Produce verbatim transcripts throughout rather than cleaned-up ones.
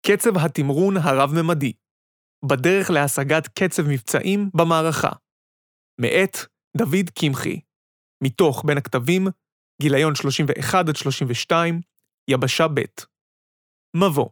קצב התמרון הרב-ממדי, בדרך להשגת קצב מבצעים במערכה. מאת דוד קמחי, מתוך בין הכתבים, גיליון שלושים ואחת עד שלושים ושתיים, יבשה ב'. מבוא.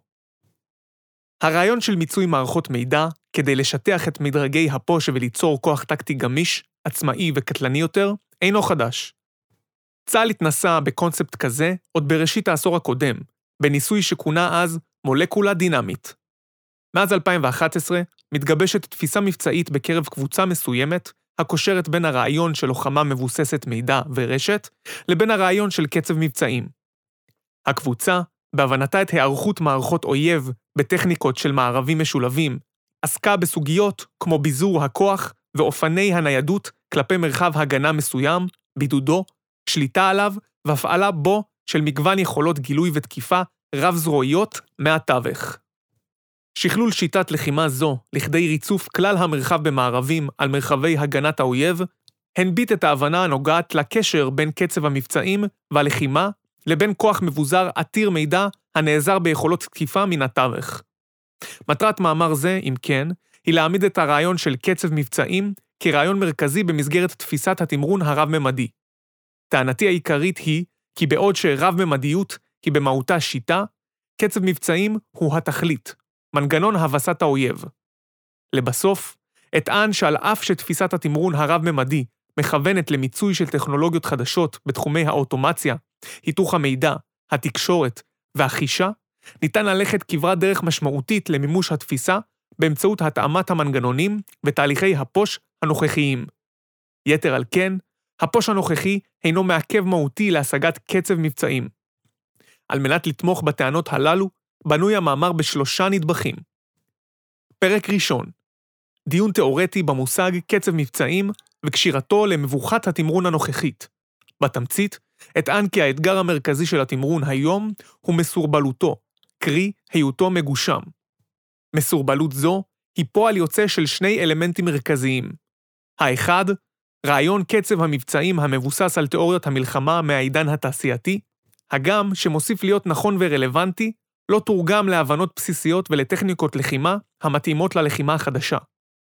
הרעיון של מיצוי מערכות מידע, כדי לשטח את מדרגי הפוש וליצור כוח טקטי גמיש, עצמאי וקטלני יותר, אינו חדש. צה"ל התנסה בקונספט כזה עוד בראשית העשור הקודם, בניסוי שכונה אז מולקולה דינמית. מאז אלפיים ואחת עשרה מתגבשת תפיסה מבצעית בקרב קבוצה מסוימת, הקושרת בין הרעיון של לוחמה מבוססת מידע ורשת, לבין הרעיון של קצב מבצעים. הקבוצה, בהבנתה את היערכות מערכות אויב בטכניקות של מערבים משולבים, עסקה בסוגיות כמו ביזור הכוח ואופני הניידות כלפי מרחב הגנה מסוים, בידודו, שליטה עליו והפעלה בו של מגוון יכולות גילוי ותקיפה רב זרועיות מהתווך. שכלול שיטת לחימה זו לכדי ריצוף כלל המרחב במערבים על מרחבי הגנת האויב, הנביט את ההבנה הנוגעת לקשר בין קצב המבצעים והלחימה לבין כוח מבוזר עתיר מידע הנעזר ביכולות תקיפה מן התווך. מטרת מאמר זה, אם כן, היא להעמיד את הרעיון של קצב מבצעים כרעיון מרכזי במסגרת תפיסת התמרון הרב-ממדי. טענתי העיקרית היא כי בעוד שרב-ממדיות היא במהותה שיטה, קצב מבצעים הוא התכלית, מנגנון הבסת האויב. לבסוף, אטען שעל אף שתפיסת התמרון הרב-ממדי מכוונת למיצוי של טכנולוגיות חדשות בתחומי האוטומציה, היתוך המידע, התקשורת והחישה, ניתן ללכת כברת דרך משמעותית למימוש התפיסה באמצעות התאמת המנגנונים ותהליכי הפוש הנוכחיים. יתר על כן, הפוש הנוכחי אינו מעכב מהותי להשגת קצב מבצעים. על מנת לתמוך בטענות הללו, בנוי המאמר בשלושה נדבכים. פרק ראשון, דיון תיאורטי במושג קצב מבצעים וקשירתו למבוכת התמרון הנוכחית. בתמצית, אטען כי האתגר המרכזי של התמרון היום הוא מסורבלותו, קרי היותו מגושם. מסורבלות זו היא פועל יוצא של שני אלמנטים מרכזיים. האחד, רעיון קצב המבצעים המבוסס על תיאוריות המלחמה מהעידן התעשייתי, הגם שמוסיף להיות נכון ורלוונטי, לא תורגם להבנות בסיסיות ולטכניקות לחימה המתאימות ללחימה החדשה.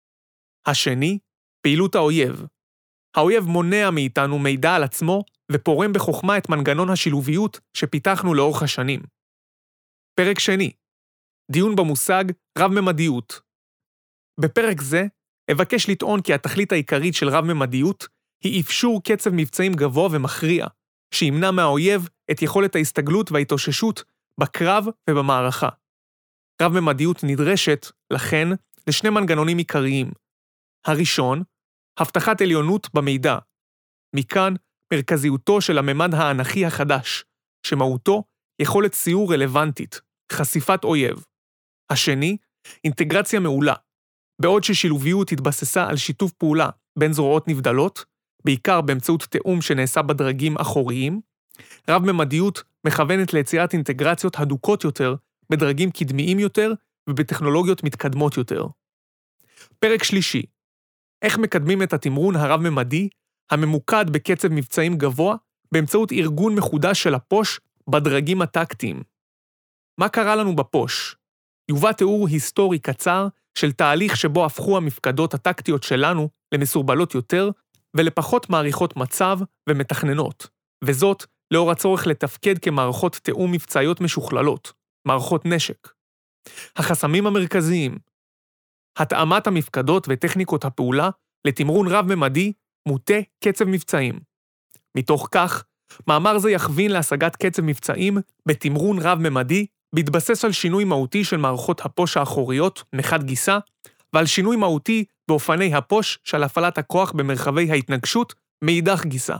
השני, פעילות האויב. האויב מונע מאיתנו מידע על עצמו ופורם בחוכמה את מנגנון השילוביות שפיתחנו לאורך השנים. פרק שני, דיון במושג רב-ממדיות. בפרק זה, אבקש לטעון כי התכלית העיקרית של רב-ממדיות היא אפשור קצב מבצעים גבוה ומכריע, שימנע מהאויב את יכולת ההסתגלות וההתאוששות בקרב ובמערכה. רב-ממדיות נדרשת, לכן, לשני מנגנונים עיקריים. הראשון, הבטחת עליונות במידע. מכאן, מרכזיותו של הממד האנכי החדש, שמהותו יכולת סיור רלוונטית, חשיפת אויב. השני, אינטגרציה מעולה. בעוד ששילוביות התבססה על שיתוף פעולה בין זרועות נבדלות, בעיקר באמצעות תאום שנעשה בדרגים אחוריים, רב-ממדיות מכוונת ליצירת אינטגרציות הדוקות יותר בדרגים קדמיים יותר ובטכנולוגיות מתקדמות יותר. פרק שלישי, איך מקדמים את התמרון הרב-ממדי הממוקד בקצב מבצעים גבוה באמצעות ארגון מחודש של הפוש בדרגים הטקטיים. מה קרה לנו בפוש? יובא תיאור היסטורי קצר של תהליך שבו הפכו המפקדות הטקטיות שלנו למסורבלות יותר ולפחות מעריכות מצב ומתכננות, וזאת לאור הצורך לתפקד כמערכות תאום מבצעיות משוכללות, מערכות נשק. החסמים המרכזיים, התאמת המפקדות וטכניקות הפעולה לתמרון רב-ממדי מוטה קצב מבצעים. מתוך כך, מאמר זה יכווין להשגת קצב מבצעים בתמרון רב-ממדי, בהתבסס על שינוי מהותי של מערכות הפוש האחוריות מחד גיסה, ועל שינוי מהותי באופני הפוש של הפעלת הכוח במרחבי ההתנגשות מאידך גיסה.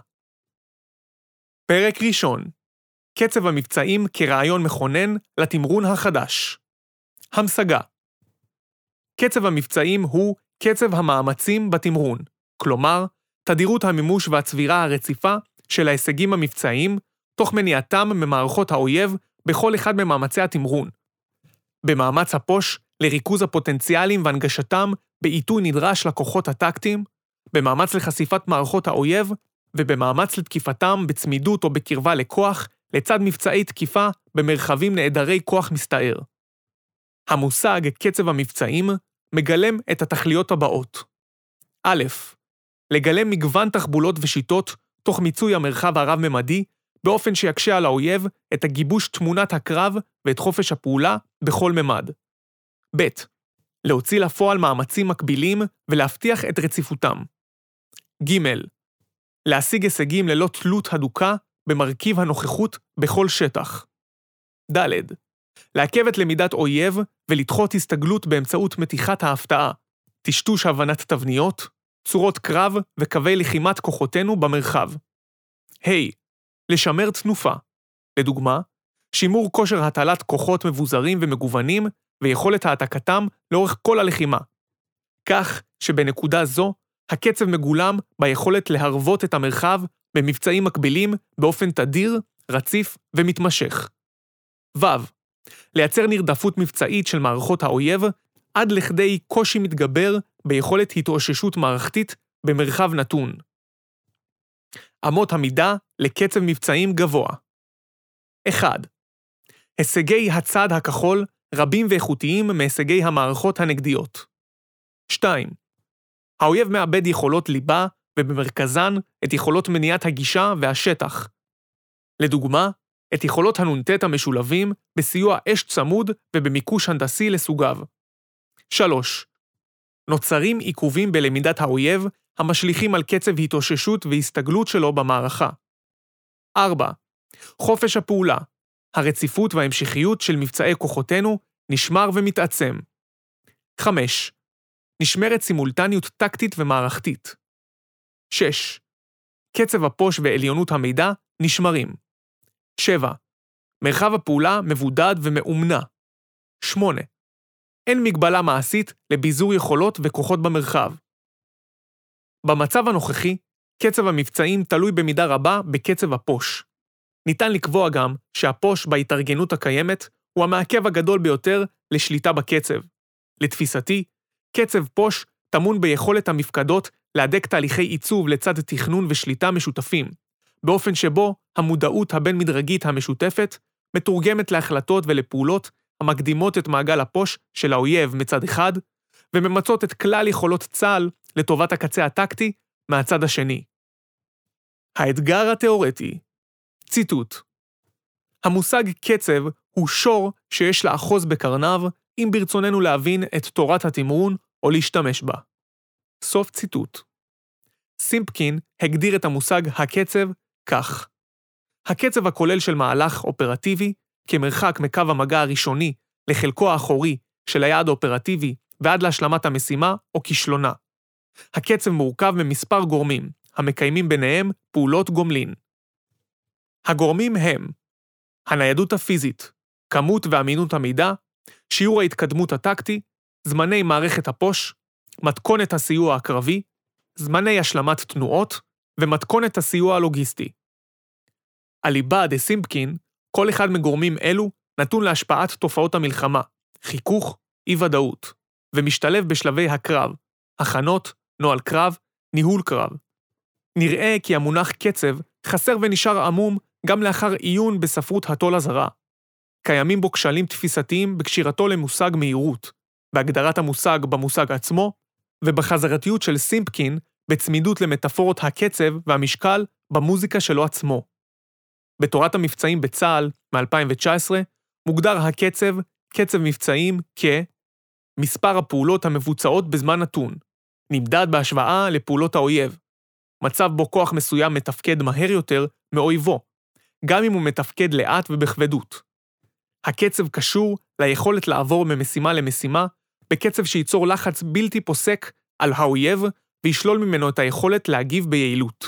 פרק ראשון, קצב המבצעים כרעיון מכונן לתמרון החדש. המשגה. קצב המבצעים הוא קצב המאמצים בתמרון, כלומר, תדירות המימוש והצבירה הרציפה של ההישגים המבצעיים, תוך מניעתם ממערכות האויב בכל אחד ממאמצי התמרון. במאמץ הפוש לריכוז הפוטנציאלים והנגשתם בעיתוי נדרש לכוחות הטקטיים, במאמץ לחשיפת מערכות האויב, ובמאמץ לתקיפתם בצמידות או בקרבה לכוח, לצד מבצעי תקיפה במרחבים נעדרי כוח מסתער. המושג קצב המבצעים מגלם את התכליות הבאות. א', לגלם מגוון תחבולות ושיטות תוך מיצוי המרחב הרב-ממדי, באופן שיקשה על האויב את הגיבוש תמונת הקרב ואת חופש הפעולה בכל ממד. ב', להוציא לפועל מאמצים מקבילים ולהבטיח את רציפותם. ג', להשיג הישגים ללא תלות הדוקה במרכיב הנוכחות בכל שטח. ד', לעכב את למידת אויב ולדחות הסתגלות באמצעות מתיחת ההפתעה, טשטוש הבנת תבניות, צורות קרב וקווי לחימת כוחותינו במרחב. ה', לשמר תנופה. לדוגמה, שימור כושר הטלת כוחות מבוזרים ומגוונים ויכולת העתקתם לאורך כל הלחימה. כך שבנקודה זו, הקצב מגולם ביכולת להרוות את המרחב במבצעים מקבילים באופן תדיר, רציף ומתמשך. ו', לייצר נרדפות מבצעית של מערכות האויב עד לכדי קושי מתגבר ביכולת התאוששות מערכתית במרחב נתון. אמות המידה לקצב מבצעים גבוה. אחד. הישגי הצד הכחול רבים ואיכותיים מהישגי המערכות הנגדיות. שתיים. האויב מאבד יכולות ליבה ובמרכזן את יכולות מניעת הגישה והשטח. לדוגמה, את יכולות הנונטט המשולבים בסיוע אש צמוד ובמיקוש הנדסי לסוגיו. שלוש. נוצרים עיכובים בלמידת האויב המשליכים על קצב התאוששות והסתגלות שלו במערכה. ארבע. חופש הפעולה, הרציפות וההמשכיות של מבצעי כוחותינו נשמר ומתעצם. חמש. נשמרת סימולטניות טקטית ומערכתית. שש. קצב הפוש ועליונות המידע נשמרים. שבע. מרחב הפעולה מבודד ומאומנה. שמונה. אין מגבלה מעשית לביזור יכולות וכוחות במרחב. במצב הנוכחי, קצב המבצעים תלוי במידה רבה בקצב הפוש. ניתן לקבוע גם שהפוש בהתארגנות הקיימת הוא המעכב הגדול ביותר לשליטה בקצב. לתפיסתי, קצב פוש טמון ביכולת המפקדות להדק תהליכי עיצוב לצד תכנון ושליטה משותפים, באופן שבו המודעות הבין-מדרגית המשותפת מתורגמת להחלטות ולפעולות המקדימות את מעגל הפוש של האויב מצד אחד, וממצות את כלל יכולות צה"ל לטובת הקצה הטקטי מהצד השני. האתגר התיאורטי. ציטוט. המושג קצב הוא שור שיש לאחוז בקרניו אם ברצוננו להבין את תורת התמרון או להשתמש בה. סוף ציטוט. סימפקין הגדיר את המושג הקצב כך. הקצב הכולל של מהלך אופרטיבי כמרחק מקו המגע הראשוני לחלקו האחורי של היעד האופרטיבי ועד להשלמת המשימה או כישלונה. הקצב מורכב ממספר גורמים, המקיימים ביניהם פעולות גומלין. הגורמים הם הניידות הפיזית, כמות ואמינות המידע, שיעור ההתקדמות הטקטי, זמני מערכת הפוש, מתכונת הסיוע הקרבי, זמני השלמת תנועות ומתכונת הסיוע הלוגיסטי. אליבא דה סימפקין, כל אחד מגורמים אלו נתון להשפעת תופעות המלחמה, חיכוך, אי-ודאות, ומשתלב בשלבי הקרב, הכנות, נוהל קרב, ניהול קרב. נראה כי המונח קצב חסר ונשאר עמום גם לאחר עיון בספרות התול הזרה. קיימים בו כשלים תפיסתיים בקשירתו למושג מהירות, בהגדרת המושג במושג עצמו, ובחזרתיות של סימפקין בצמידות למטאפורות הקצב והמשקל במוזיקה שלו עצמו. בתורת המבצעים בצה"ל מ-אלפיים תשע עשרה מוגדר הקצב קצב מבצעים כמספר הפעולות המבוצעות בזמן נתון, נמדד בהשוואה לפעולות האויב, מצב בו כוח מסוים מתפקד מהר יותר מאויבו, גם אם הוא מתפקד לאט ובכבדות. הקצב קשור ליכולת לעבור ממשימה למשימה, בקצב שייצור לחץ בלתי פוסק על האויב וישלול ממנו את היכולת להגיב ביעילות.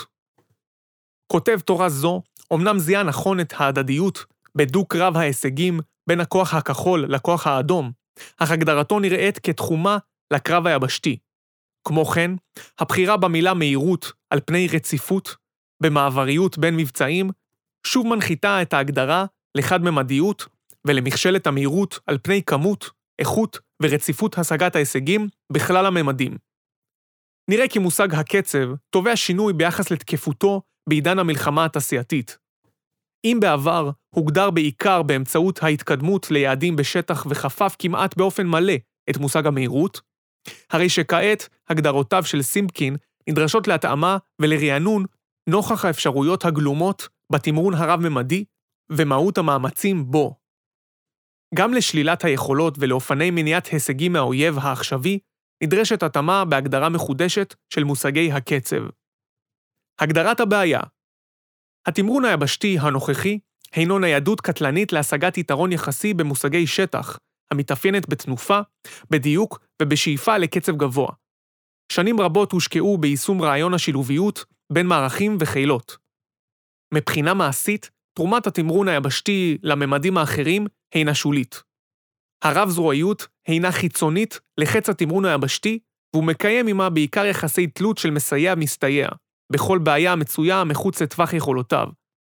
כותב תורה זו אמנם זיהה נכון את ההדדיות בדוק רב ההישגים בין הכוח הכחול לכוח האדום, אך הגדרתו נראית כתחומה לקרב היבשתי. כמו כן, הבחירה במילה מהירות על פני רציפות, במעבריות בין מבצעים, שוב מנחיתה את ההגדרה לחד-ממדיות ולמכשלת המהירות על פני כמות, איכות ורציפות השגת ההישגים בכלל הממדים. נראה כי מושג הקצב תובע שינוי ביחס לתקפותו בעידן המלחמה התעשייתית. אם בעבר הוגדר בעיקר באמצעות ההתקדמות ליעדים בשטח וחפף כמעט באופן מלא את מושג המהירות, הרי שכעת הגדרותיו של סימפקין נדרשות להתאמה ולרענון נוכח האפשרויות הגלומות בתמרון הרב-ממדי ומהות המאמצים בו. גם לשלילת היכולות ולאופני מניעת הישגים מהאויב העכשווי נדרשת התאמה בהגדרה מחודשת של מושגי הקצב. הגדרת הבעיה. התמרון היבשתי הנוכחי הינו ניידות קטלנית להשגת יתרון יחסי במושגי שטח, המתאפיינת בתנופה, בדיוק ובשאיפה לקצב גבוה. שנים רבות הושקעו ביישום רעיון השילוביות בין מערכים וחילות. מבחינה מעשית, תרומת התמרון היבשתי לממדים האחרים הינה שולית. הרב-זרועיות הינה חיצונית לחץ התמרון היבשתי, והוא מקיים עמה בעיקר יחסי תלות של מסייע-מסתייע, בכל בעיה מצויה מחוץ לטווח יכולותיו.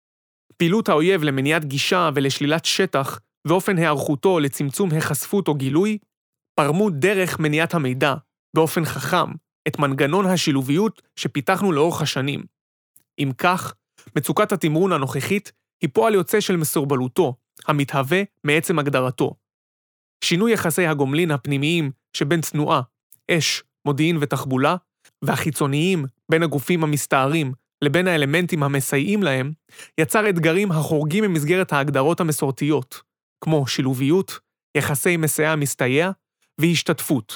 פעילות האויב למניעת גישה ולשלילת שטח, ואופן היערכותו לצמצום החשפות או גילוי, פרמו דרך מניעת המידע, באופן חכם, את מנגנון השילוביות שפיתחנו לאורך השנים. אם כך, מצוקת התמרון הנוכחית היא פועל יוצא של מסורבלותו, המתהווה מעצם הגדרתו. שינוי יחסי הגומלין הפנימיים שבין תנועה, אש, מודיעין ותחבולה, והחיצוניים בין הגופים המסתערים לבין האלמנטים המסייעים להם, יצר אתגרים החורגים ממסגרת ההגדרות המסורתיות, כמו שילוביות, יחסי מסייע-מסתייע והשתתפות.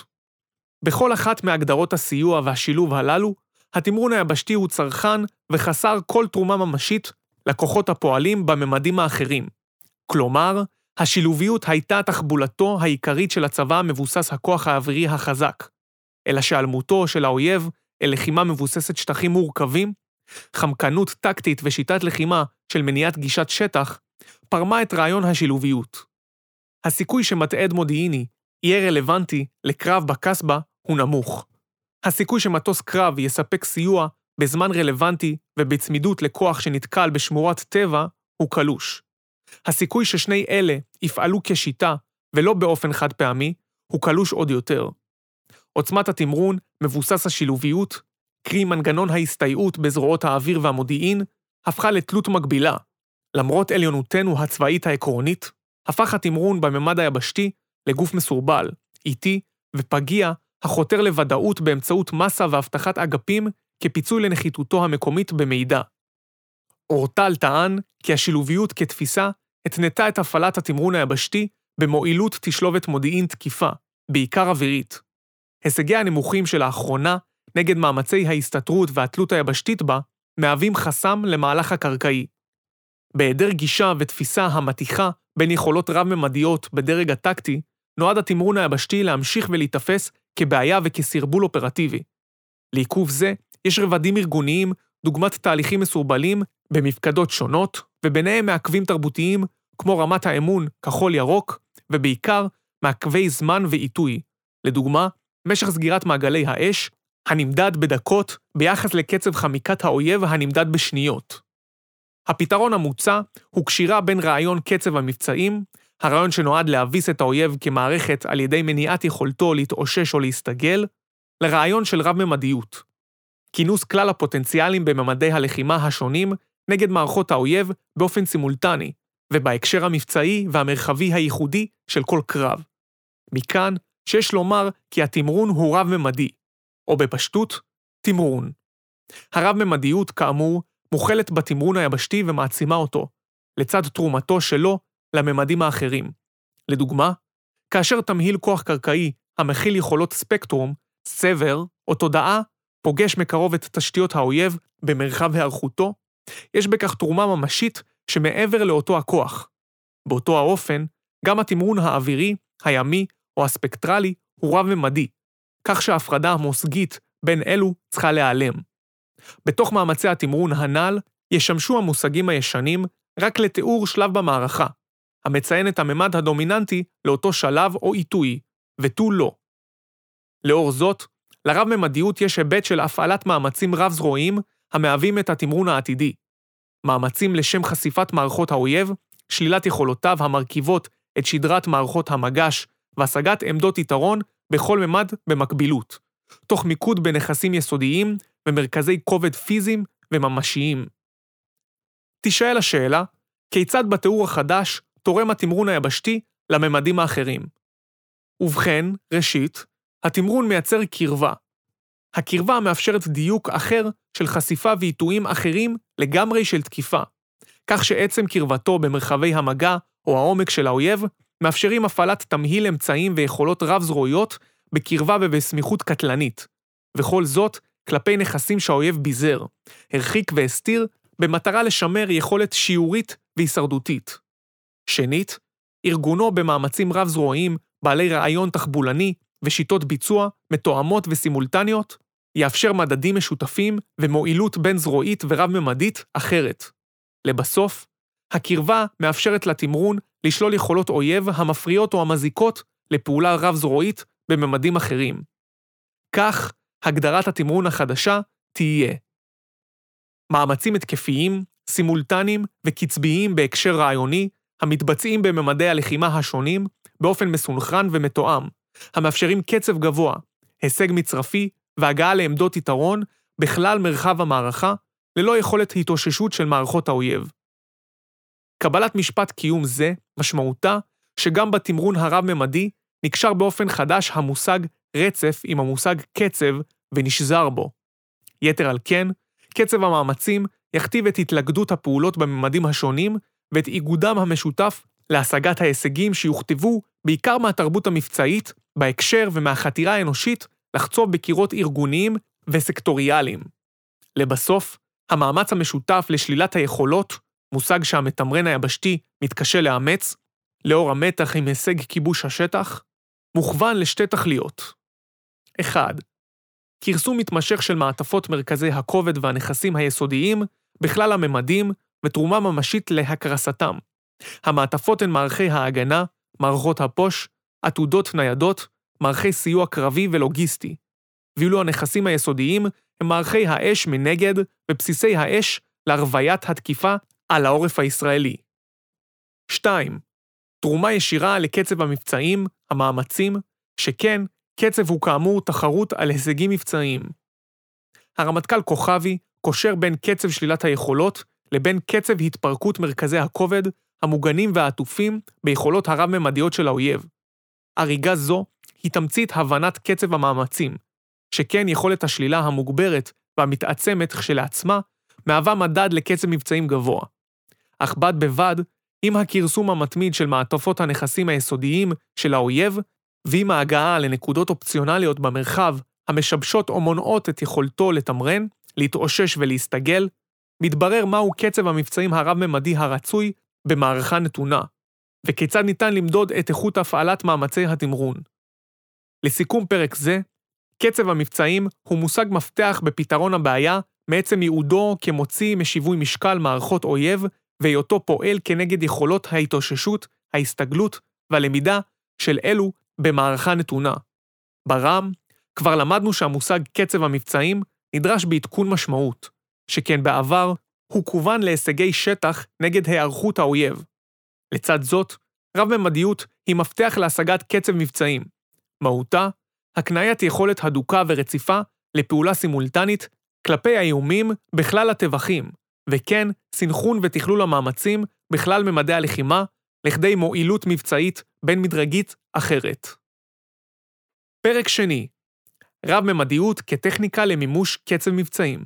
בכל אחת מהגדרות הסיוע והשילוב הללו, התמרון היבשתי הוא צרכן וחסר כל תרומה ממשית לכוחות הפועלים בממדים האחרים. כלומר, השילוביות הייתה תחבולתו העיקרית של הצבא המבוסס הכוח האווירי החזק, אלא שעלמותו של האויב אל לחימה מבוססת שטחים מורכבים, חמקנות טקטית ושיטת לחימה של מניעת גישת שטח, פרמה את רעיון השילוביות. הסיכוי שמתעד מודיעיני יהיה רלוונטי לקרב בקסבה הוא נמוך. הסיכוי שמטוס קרב יספק סיוע בזמן רלוונטי ובצמידות לכוח שנתקל בשמורת טבע הוא קלוש. הסיכוי ששני אלה יפעלו כשיטה ולא באופן חד פעמי הוא קלוש עוד יותר. עוצמת התמרון מבוסס השילוביות, קרי מנגנון ההסתייעות בזרועות האוויר והמודיעין, הפכה לתלות מקבילה. למרות עליונותנו הצבאית העקרונית, הפך התמרון בממד היבשתי לגוף מסורבל, איטי ופגיע החותר לוודאות באמצעות מסה והבטחת אגפים כפיצוי לנחיתותו המקומית במידע. אורטל טען כי השילוביות כתפיסה התנתה את הפעלת התמרון היבשתי במועילות תשלובת מודיעין תקיפה, בעיקר אווירית. הישגי הנמוכים של האחרונה נגד מאמצי ההסתתרות והתלות היבשתית בה מהווים חסם למהלך הקרקעי. בהיעדר גישה ותפיסה המתיחה בין יכולות רב-ממדיות בדרג הטקטי, נועד התמרון היבשתי להמשיך ולהתאפס כבעיה וכסרבול אופרטיבי. לעיכוב זה יש רבדים ארגוניים דוגמת תהליכים מסורבלים במפקדות שונות, וביניהם מעכבים תרבותיים כמו רמת האמון כחול ירוק, ובעיקר מעכבי זמן ועיתוי. לדוגמה, משך סגירת מעגלי האש, הנמדד בדקות ביחס לקצב חמיקת האויב הנמדד בשניות. הפתרון המוצע הוא קשירה בין רעיון קצב המבצעים, הרעיון שנועד להביס את האויב כמערכת על ידי מניעת יכולתו להתאושש או להסתגל, לרעיון של רב-ממדיות. כינוס כלל הפוטנציאלים בממדי הלחימה השונים נגד מערכות האויב באופן סימולטני, ובהקשר המבצעי והמרחבי הייחודי של כל קרב. מכאן שיש לומר כי התמרון הוא רב-ממדי, או בפשטות, תמרון. הרב-ממדיות, כאמור, מוכלת בתמרון היבשתי ומעצימה אותו, לצד תרומתו שלו לממדים האחרים. לדוגמה, כאשר תמהיל כוח קרקעי המכיל יכולות ספקטרום, סבר או תודעה, פוגש מקרוב את תשתיות האויב במרחב הערכותו, יש בכך תרומה ממשית שמעבר לאותו הכוח. באותו האופן, גם התמרון האווירי, הימי או הספקטרלי הוא רב-ממדי, כך שההפרדה המושגית בין אלו צריכה להיעלם. בתוך מאמצי התמרון הנ"ל ישמשו המושגים הישנים רק לתיאור שלב במערכה, המציין את הממד הדומיננטי לאותו שלב או עיתוי, ותו לא. לאור זאת, לרב-ממדיות יש היבט של הפעלת מאמצים רב-זרועיים המהווים את התמרון העתידי. מאמצים לשם חשיפת מערכות האויב, שלילת יכולותיו המרכיבות את שדרת מערכות המגש והשגת עמדות יתרון בכל ממד במקבילות, תוך מיקוד בנכסים יסודיים ומרכזי כובד פיזיים וממשיים. תשאל השאלה, כיצד בתיאור החדש תורם התמרון היבשתי לממדים האחרים? ובכן, ראשית, התמרון מייצר קרבה. הקרבה מאפשרת דיוק אחר של חשיפה ועיתויים אחרים לגמרי של תקיפה, כך שעצם קרבתו במרחבי המגע או העומק של האויב מאפשרים הפעלת תמהיל אמצעים ויכולות רב-זרועיות בקרבה ובסמיכות קטלנית, וכל זאת כלפי נכסים שהאויב ביזר, הרחיק והסתיר במטרה לשמר יכולת שיעורית והישרדותית. שנית, ארגונו במאמצים רב-זרועיים בעלי רעיון תחבולני ושיטות ביצוע מתואמות וסימולטניות, יאפשר מדדים משותפים ומועילות בין זרועית ורב-ממדית אחרת. לבסוף, הקרבה מאפשרת לתמרון לשלול יכולות אויב המפריעות או המזיקות לפעולה רב-זרועית בממדים אחרים. כך, הגדרת התמרון החדשה תהיה מאמצים התקפיים, סימולטניים וקצביים בהקשר רעיוני, המתבצעים בממדי הלחימה השונים באופן מסונכרן ומתואם, המאפשרים קצב גבוה, הישג מצרפי והגעה לעמדות יתרון בכלל מרחב המערכה, ללא יכולת התאוששות של מערכות האויב. קבלת משפט קיום זה משמעותה שגם בתמרון הרב-ממדי נקשר באופן חדש המושג רצף עם המושג קצב ונשזר בו. יתר על כן, קצב המאמצים יכתיב את התלכדות הפעולות בממדים השונים ואת איגודם המשותף להשגת ההישגים שיוכתבו בעיקר מהתרבות המבצעית, בהקשר ומהחתירה האנושית לחצוב בקירות ארגוניים וסקטוריאליים. לבסוף, המאמץ המשותף לשלילת היכולות, מושג שהמתמרן היבשתי מתקשה לאמץ, לאור המתח עם הישג כיבוש השטח, מוכוון לשתי תכליות. אחד, כרסום מתמשך של מעטפות מרכזי הכובד והנכסים היסודיים בכלל הממדים ותרומה ממשית להקרסתם. המעטפות הן מערכי ההגנה, מערכות הפוש, עתודות ניידות, מערכי סיוע קרבי ולוגיסטי, ואילו הנכסים היסודיים הם מערכי האש מנגד ובסיסי האש להרוויית התקיפה על העורף הישראלי. שתיים. תרומה ישירה לקצב המבצעים, המאמצים, שכן קצב הוא כאמור תחרות על הישגים מבצעיים. הרמטכ"ל כוכבי קושר בין קצב שלילת היכולות לבין קצב התפרקות מרכזי הכובד המוגנים והעטופים ביכולות הרב-ממדיות של האויב. הריגה זו היא תמצית הבנת קצב המאמצים, שכן יכולת השלילה המוגברת והמתעצמת כשלעצמה מהווה מדד לקצב מבצעים גבוה. אך בד בבד, עם הכרסום המתמיד של מעטפות הנכסים היסודיים של האויב, ועם ההגעה לנקודות אופציונליות במרחב המשבשות או מונעות את יכולתו לתמרן, להתאושש ולהסתגל, מתברר מהו קצב המבצעים הרב-ממדי הרצוי במערכה נתונה, וכיצד ניתן למדוד את איכות הפעלת מאמצי התמרון. לסיכום פרק זה, קצב המבצעים הוא מושג מפתח בפתרון הבעיה מעצם ייעודו כמוציא משיווי משקל מערכות אויב, והיותו פועל כנגד יכולות ההתאוששות, ההסתגלות והלמידה של אלו במערכה נתונה. ברם, כבר למדנו שהמושג קצב המבצעים נדרש בעדכון משמעות, שכן בעבר הוא כוון להישגי שטח נגד היערכות האויב. לצד זאת, רב-ממדיות היא מפתח להשגת קצב מבצעים. מהותה, הקניית יכולת הדוקה ורציפה לפעולה סימולטנית כלפי האיומים בכלל הטווחים, וכן סינכרון ותכלול המאמצים בכלל ממדי הלחימה לכדי מועילות מבצעית בין מדרגית אחרת. פרק שני, רב-ממדיות כטכניקה למימוש קצב מבצעים.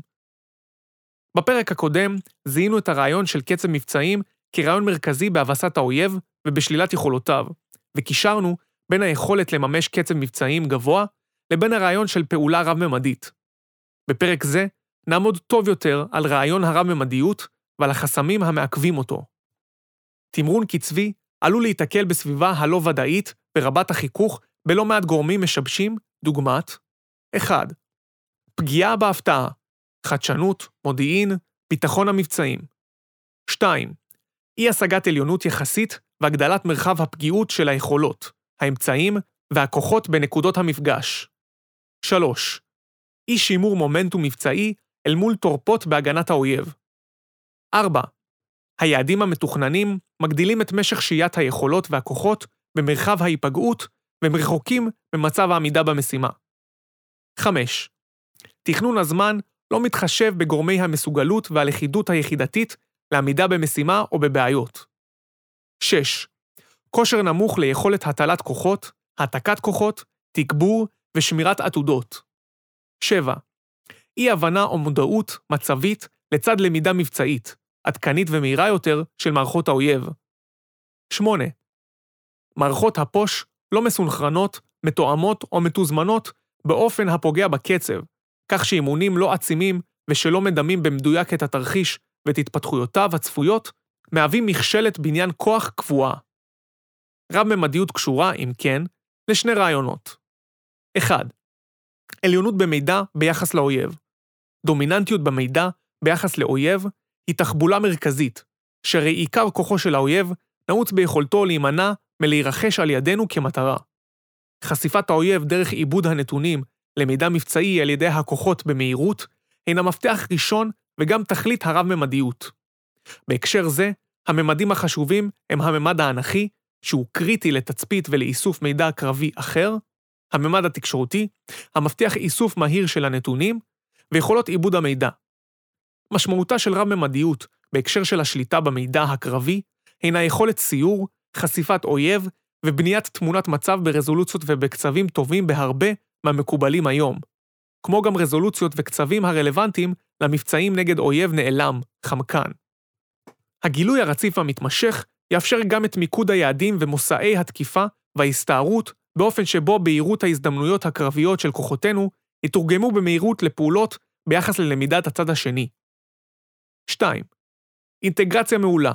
בפרק הקודם זיהינו את הרעיון של קצב מבצעים כרעיון מרכזי בהבסת האויב ובשלילת יכולותיו, וקישרנו בין היכולת לממש קצב מבצעים גבוה לבין הרעיון של פעולה רב-ממדית. בפרק זה נעמוד טוב יותר על רעיון הרב-ממדיות ועל החסמים המעכבים אותו. תמרון קצבי עלול להתקל בסביבה הלא ודאית ורבת החיכוך בלא מעט גורמים משבשים, דוגמת אחד. פגיעה בהפתעה, חדשנות, מודיעין, ביטחון המבצעים. שתיים. אי השגת עליונות יחסית והגדלת מרחב הפגיעות של היכולות, האמצעים והכוחות בנקודות המפגש. שלוש. אי שימור מומנטום מבצעי אל מול תורפות בהגנת האויב. ארבע. היעדים המתוכננים מגדילים את משך שהיית היכולות והכוחות במרחב ההיפגעות ומרחוקים במצב העמידה במשימה. חמש. תכנון הזמן לא מתחשב בגורמי המסוגלות והלכידות היחידתית לעמידה במשימה או בבעיות. שש. כושר נמוך ליכולת הטלת כוחות, העתקת כוחות, תגבור ושמירת עתודות. שבע. אי הבנה או מודעות מצבית לצד למידה מבצעית, עדכנית ומהירה יותר של מערכות האויב. שמונה. מערכות הפוש לא מסונכרנות, מתואמות או מתוזמנות באופן הפוגע בקצב, כך שאימונים לא עצימים ושלא מדמים במדויק את התרחיש ואת התפתחויותיו הצפויות, מהווים מכשלת בניין כוח קבועה. רב-ממדיות קשורה, אם כן, לשני רעיונות. אחד. עליונות במידע ביחס לאויב. דומיננטיות במידע ביחס לאויב היא תחבולה מרכזית, שהרי עיקר כוחו של האויב נעוץ ביכולתו להימנע מלהירחש על ידינו כמטרה. חשיפת האויב דרך עיבוד הנתונים למידע מבצעי על ידי הכוחות במהירות, הן המפתח ראשון וגם תכלית הרב-ממדיות. בהקשר זה, הממדים החשובים הם הממד האנכי, שהוא קריטי לתצפית ולאיסוף מידע קרבי אחר, הממד התקשורתי, המבטיח איסוף מהיר של הנתונים, ויכולות עיבוד המידע. משמעותה של רב-ממדיות בהקשר של השליטה במידע הקרבי, הן היכולת ציור, חשיפת אויב, ובניית תמונת מצב ברזולוציות ובקצבים טובים בהרבה מהמקובלים היום, כמו גם רזולוציות וקצבים הרלוונטיים למבצעים נגד אויב נעלם, חמקן. הגילוי הרציף המתמשך יאפשר גם את מיקוד היעדים ומושאי התקיפה וההסתערות באופן שבו בהירות ההזדמנויות הקרביות של כוחותינו יתורגמו במהירות לפעולות ביחס ללמידת הצד השני. שתיים. אינטגרציה מעולה.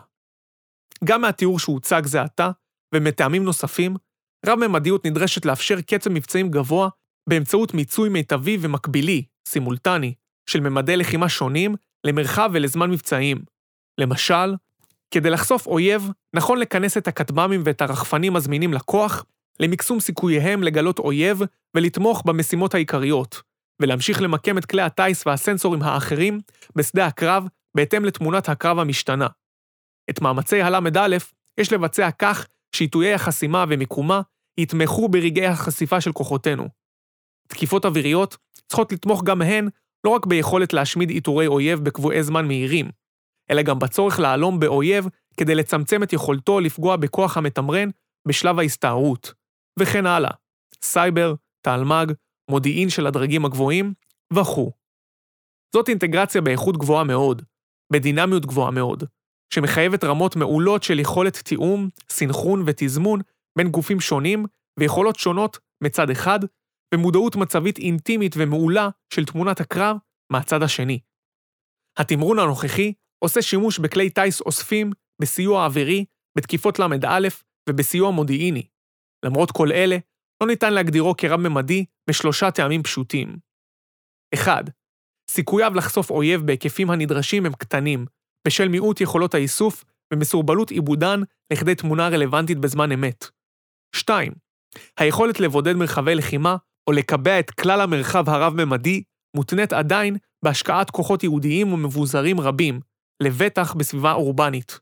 גם מהתיאור שהוצג זה עתה, ומטעמים נוספים, רב-ממדיות נדרשת לאפשר קצב מבצעים גבוה באמצעות מיצוי מיטבי ומקבילי, סימולטני, של ממדי לחימה שונים למרחב ולזמן מבצעים. למשל, כדי לחשוף אויב, נכון לכנס את הכטב"מים ואת הרחפנים הזמינים לכוח, למקסום סיכוייהם לגלות אויב ולתמוך במשימות העיקריות, ולהמשיך למקם את כלי הטייס והסנסורים האחרים בשדה הקרב בהתאם לתמונת הקרב המשתנה. את מאמצי הלמד א' יש לבצע כך שעיתויי החסימה ומיקומה יתמכו ברגעי החשיפה של כוחותינו. תקיפות אוויריות צריכות לתמוך גם הן לא רק ביכולת להשמיד איתורי אויב בקבועי זמן מהירים, אלא גם בצורך להלום באויב כדי לצמצם את יכולתו לפגוע בכוח המתמרן בשלב ההסתערות, וכן הלאה, סייבר, תלמ"ג, מודיעין של הדרגים הגבוהים וכו'. זאת אינטגרציה באיכות גבוהה מאוד, בדינמיות גבוהה מאוד, שמחייבת רמות מעולות של יכולת תיאום, סינכרון ותזמון בין גופים שונים ויכולות שונות מצד אחד, ומודעות מצבית אינטימית ומעולה של תמונת הקרב מהצד השני. התמרון הנוכחי עושה שימוש בכלי טייס אוספים, בסיוע אווירי, בתקיפות למד א' ובסיוע מודיעיני. למרות כל אלה, לא ניתן להגדירו כרב-ממדי בשלושה טעמים פשוטים. אחד. סיכוייו לחשוף אויב בהיקפים הנדרשים הם קטנים, בשל מיעוט יכולות האיסוף ומסורבלות עיבודן לכדי תמונה רלוונטית בזמן אמת. שתיים. היכולת לבודד מרחבי לחימה או לקבע את כלל המרחב הרב-ממדי מותנית עדיין בהשקעת כוחות יהודיים ומבוזרים רבים, לבטח בסביבה אורבנית.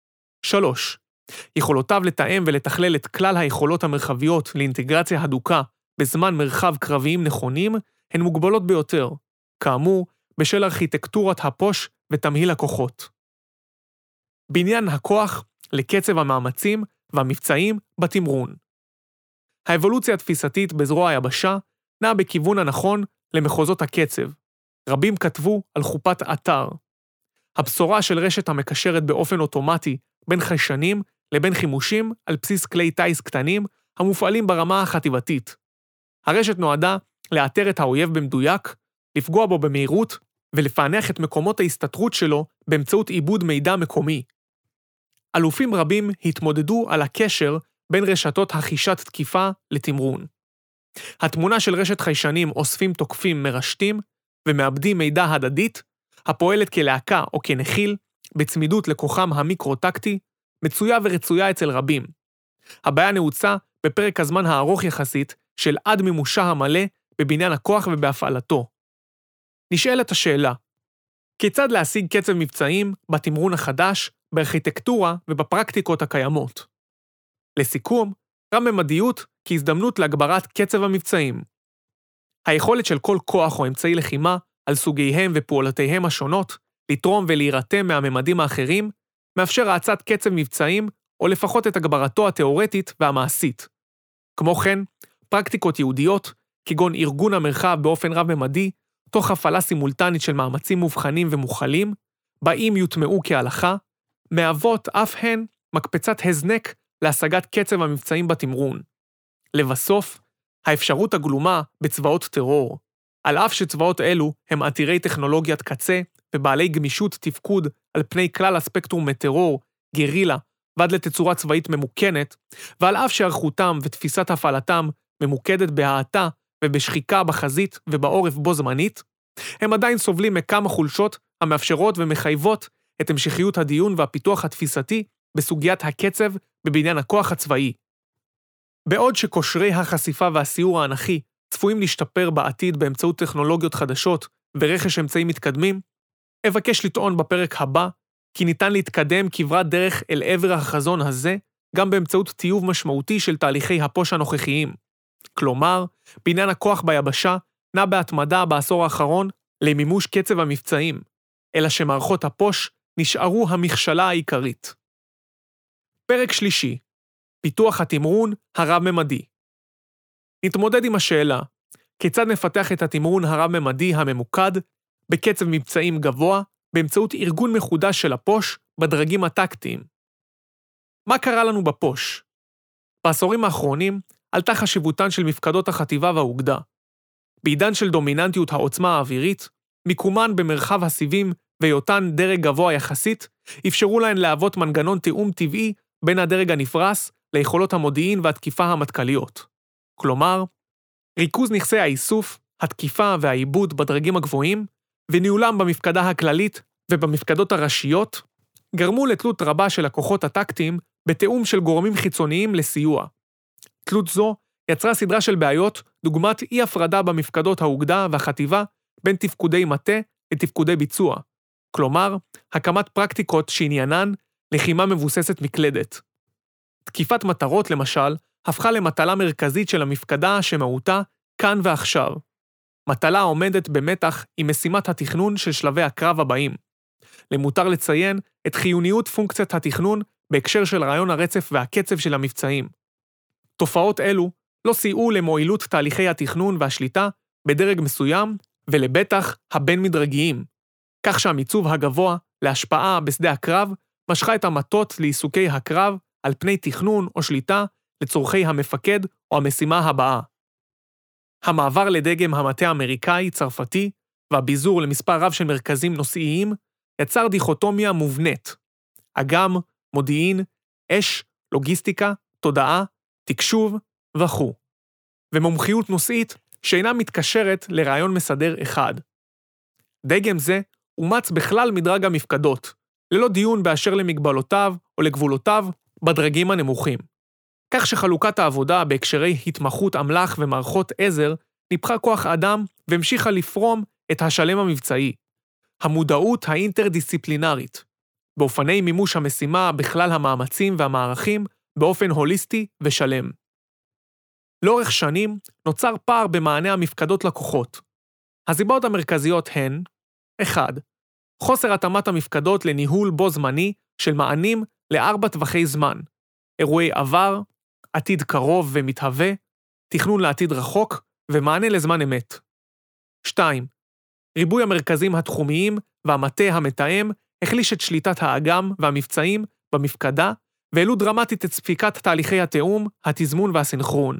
שלוש. יכולותיו לתאם ולתכלל את כלל היכולות המרחביות לאינטגרציה הדוקה בזמן מרחב קרביים נכונים הן מוגבלות ביותר, כאמור, בשל ארכיטקטורת הפוש ותמהיל הכוחות. בניין הכוח לקצב המאמצים והמבצעים בתמרון. האבולוציה התפיסתית בזרוע היבשה נעה בכיוון הנכון למחוזות הקצב. רבים כתבו על חופת אתר. הבשורה של רשת המקשרת באופן אוטומטי בין חיישנים לבין חימושים על בסיס כלי טייס קטנים המופעלים ברמה החטיבתית. הרשת נועדה לאתר את האויב במדויק, לפגוע בו במהירות ולפענח את מקומות ההסתתרות שלו באמצעות עיבוד מידע מקומי. אלופים רבים התמודדו על הקשר בין רשתות החישת תקיפה לתמרון. התמונה של רשת חיישנים אוספים תוקפים מרשתים ומאבדים מידע הדדית, הפועלת כלהקה או כנחיל, בצמידות לכוחם המיקרו-טקטי, מצויה ורצויה אצל רבים. הבעיה נעוצה בפרק הזמן הארוך יחסית של עד מימושה המלא בבניין הכוח ובהפעלתו. נשאלת השאלה, כיצד להשיג קצב מבצעים בתמרון החדש, בארכיטקטורה ובפרקטיקות הקיימות? לסיכום, רב-ממדיות כהזדמנות להגברת קצב המבצעים. היכולת של כל כוח או אמצעי לחימה על סוגיהם ופעולותיהם השונות לתרום ולהירתם מהממדים האחרים, מאפשר האצת קצב מבצעים, או לפחות את הגברתו התיאורטית והמעשית. כמו כן, פרקטיקות יהודיות, כגון ארגון המרחב באופן רב-ממדי, תוך הפעלה סימולטנית של מאמצים מובחנים ומוכלים, באים יוטמעו כהלכה, מהוות אף הן מקפצת הזנק להשגת קצב המבצעים בתמרון. לבסוף, האפשרות הגלומה בצבאות טרור, על אף שצבאות אלו הם עתירי טכנולוגיית קצה ובעלי גמישות תפקוד על פני כלל הספקטרום מטרור, גרילה, ועד לתצורה צבאית ממוכנת, ועל אף שערכותם ותפיסת הפעלתם ממוקדת בהאטה ובשחיקה בחזית ובעורף בו זמנית, הם עדיין סובלים מכמה חולשות המאפשרות ומחייבות את המשכיות הדיון והפיתוח התפיסתי בסוגיית הקצב בבניין הכוח הצבאי. בעוד שקושרי החשיפה והסיור האנכי צפויים להשתפר בעתיד באמצעות טכנולוגיות חדשות ורכש אמצעים מתקדמים, אבקש לטעון בפרק הבא כי ניתן להתקדם כברת דרך אל עבר החזון הזה גם באמצעות טיוב משמעותי של תהליכי הפוש הנוכחיים. כלומר, בניין הכוח ביבשה נע בהתמדה בעשור האחרון למימוש קצב המבצעים, אלא שמערכות הפוש נשארו המכשלה העיקרית. פרק שלישי, פיתוח התמרון הרב-ממדי. נתמודד עם השאלה, כיצד נפתח את התמרון הרב-ממדי הממוקד בקצב מבצעים גבוה באמצעות ארגון מחודש של הפוש בדרגים הטקטיים. מה קרה לנו בפוש? בעשורים האחרונים עלתה חשיבותן של מפקדות החטיבה והאוגדה. בעידן של דומיננטיות העוצמה האווירית, מיקומן במרחב הסיבים והיותן דרג גבוה יחסית, אפשרו להן להוות מנגנון תיאום טבעי בין הדרג הנפרס ליכולות המודיעין והתקיפה המטכ"ליות. כלומר, ריכוז נכסי האיסוף, התקיפה והעיבוד בדרגים הגבוהים, וניהולם במפקדה הכללית ובמפקדות הראשיות, גרמו לתלות רבה של הכוחות הטקטיים בתיאום של גורמים חיצוניים לסיוע. תלות זו יצרה סדרה של בעיות דוגמת אי הפרדה במפקדות האוגדה והחטיבה בין תפקודי מטה לתפקודי ביצוע, כלומר, הקמת פרקטיקות שעניינן לחימה מבוססת מקלדת. תקיפת מטרות, למשל, הפכה למטלה מרכזית של המפקדה שמהותה כאן ועכשיו. מטלה עומדת במתח עם משימת התכנון של שלבי הקרב הבאים. למותר לציין את חיוניות פונקציית התכנון בהקשר של רעיון הרצף והקצב של המבצעים. תופעות אלו לא סייעו למועילות תהליכי התכנון והשליטה בדרג מסוים ולבטח הבין-מדרגיים, כך שהמיצוב הגבוה להשפעה בשדה הקרב משכה את המטות לעיסוקי הקרב על פני תכנון או שליטה לצורכי המפקד או המשימה הבאה. המעבר לדגם המטה האמריקאי-צרפתי והביזור למספר רב של מרכזים נושאיים יצר דיכוטומיה מובנית, אגם, מודיעין, אש, לוגיסטיקה, תודעה, תקשוב וכו', ומומחיות נושאית שאינה מתקשרת לרעיון מסדר אחד. דגם זה אומץ בכלל מדרג המפקדות, ללא דיון באשר למגבלותיו או לגבולותיו בדרגים הנמוכים. כך שחלוקת העבודה בהקשרי התמחות אמל"ח ומערכות עזר ניפחה כוח אדם והמשיכה לפרום את השלם המבצעי. המודעות האינטרדיסציפלינרית, באופני מימוש המשימה בכלל המאמצים והמערכים באופן הוליסטי ושלם. לאורך שנים נוצר פער במענה המפקדות לקוחות. הסיבות המרכזיות הן: אחד. חוסר התאמת המפקדות לניהול בו זמני של מענים לארבע טווחי זמן, אירועי עבר, עתיד קרוב ומתהווה, תכנון לעתיד רחוק ומענה לזמן אמת. שתיים. ריבוי המרכזים התחומיים והמטה המתאם החליש את שליטת האגם והמבצעים במפקדה, והעלו דרמטית את ספיקת תהליכי התיאום, התזמון והסינכרון.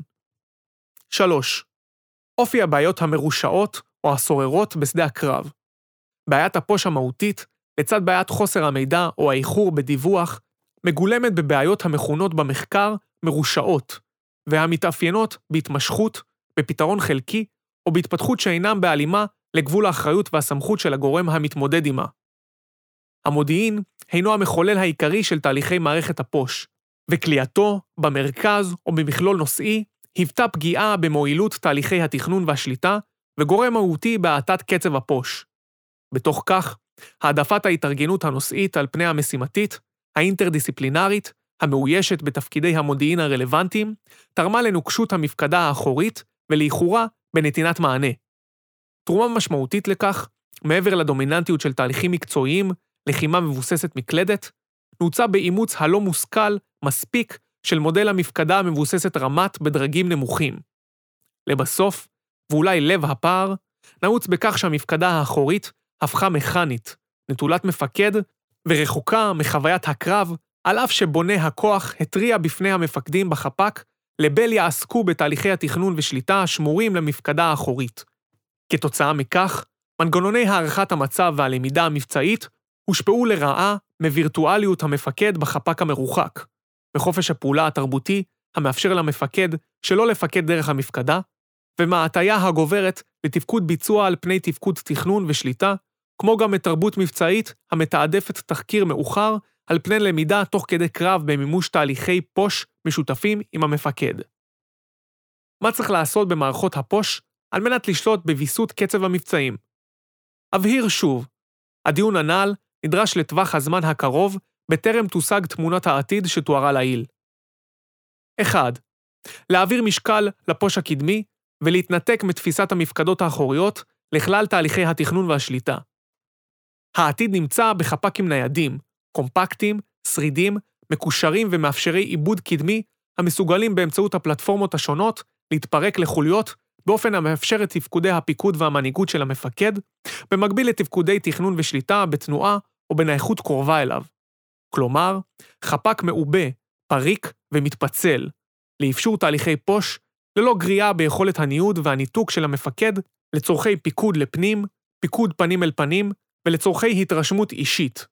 שלוש. אופי הבעיות המרושעות או הסוררות בשדה הקרב. בעיית הפוש המהותית, לצד בעיית חוסר המידע או האיחור בדיווח, מגולמת בבעיות המכונות במחקר מרושעות, והמתאפיינות בהתמשכות, בפתרון חלקי, או בהתפתחות שאינם בהלימה לגבול האחריות והסמכות של הגורם המתמודד עמה. המודיעין הינו המחולל העיקרי של תהליכי מערכת הפוש, וכלייתו במרכז או במכלול נושאי היוותה פגיעה במועילות תהליכי התכנון והשליטה, וגורם מהותי בהאטת קצב הפוש. בתוך כך, העדפת ההתארגנות הנושאית על פני המשימתית, האינטרדיסציפלינרית, המאוישת בתפקידי המודיעין הרלוונטיים, תרמה לנוקשות המפקדה האחורית ולאיחורה בנתינת מענה. תרומה משמעותית לכך מעבר לדומיננטיות של תהליכים מקצועיים, לחימה מבוססת מקלדת, נוצא באימוץ הלא מושכל מספיק של מודל המפקדה המבוססת רמת בדרגים נמוכים. לבסוף, ואולי לב הפער, נעוץ בכך שהמפקדה האחורית הפכה מכנית, נטולת מפקד ורחוקה מחוויית הקרב, על אף שבונה הכוח התריע בפני המפקדים בחפ"ק, לבל יעסקו בתהליכי התכנון ושליטה השמורים למפקדה האחורית. כתוצאה מכך, מנגנוני הערכת המצב והלמידה המבצעית הושפעו לרעה מווירטואליות המפקד בחפ"ק המרוחק, בחופש הפעולה התרבותי המאפשר למפקד שלא לפקד דרך המפקדה, ומההטיה הגוברת לתפקוד ביצוע על פני תפקוד תכנון ושליטה, כמו גם מתרבות מבצעית המתעדפת תחקיר מאוחר על פני למידה תוך כדי קרב במימוש תהליכי פוש משותפים עם המפקד. מה צריך לעשות במערכות הפוש על מנת לשלוט בוויסות קצב המבצעים? אבהיר שוב, הדיון הנ"ל נדרש לטווח הזמן הקרוב בטרם תושג תמונת העתיד שתוארה לעיל. אחד. להעביר משקל לפוש הקדמי ולהתנתק מתפיסת המפקדות האחוריות לכלל תהליכי התכנון והשליטה. העתיד נמצא בחפ"קים ניידים, קומפקטיים, שרידים, מקושרים ומאפשרי עיבוד קדמי המסוגלים באמצעות הפלטפורמות השונות להתפרק לחוליות באופן המאפשר את תפקודי הפיקוד והמנהיגות של המפקד, במקביל לתפקודי תכנון ושליטה בתנועה או בנייחות קרובה אליו. כלומר, חפ"ק מעובה, פריק ומתפצל, לאפשור תהליכי פוש, ללא גריעה ביכולת הניוד והניתוק של המפקד לצורכי פיקוד לפנים, פיקוד פנים אל פנים ולצורכי התרשמות אישית.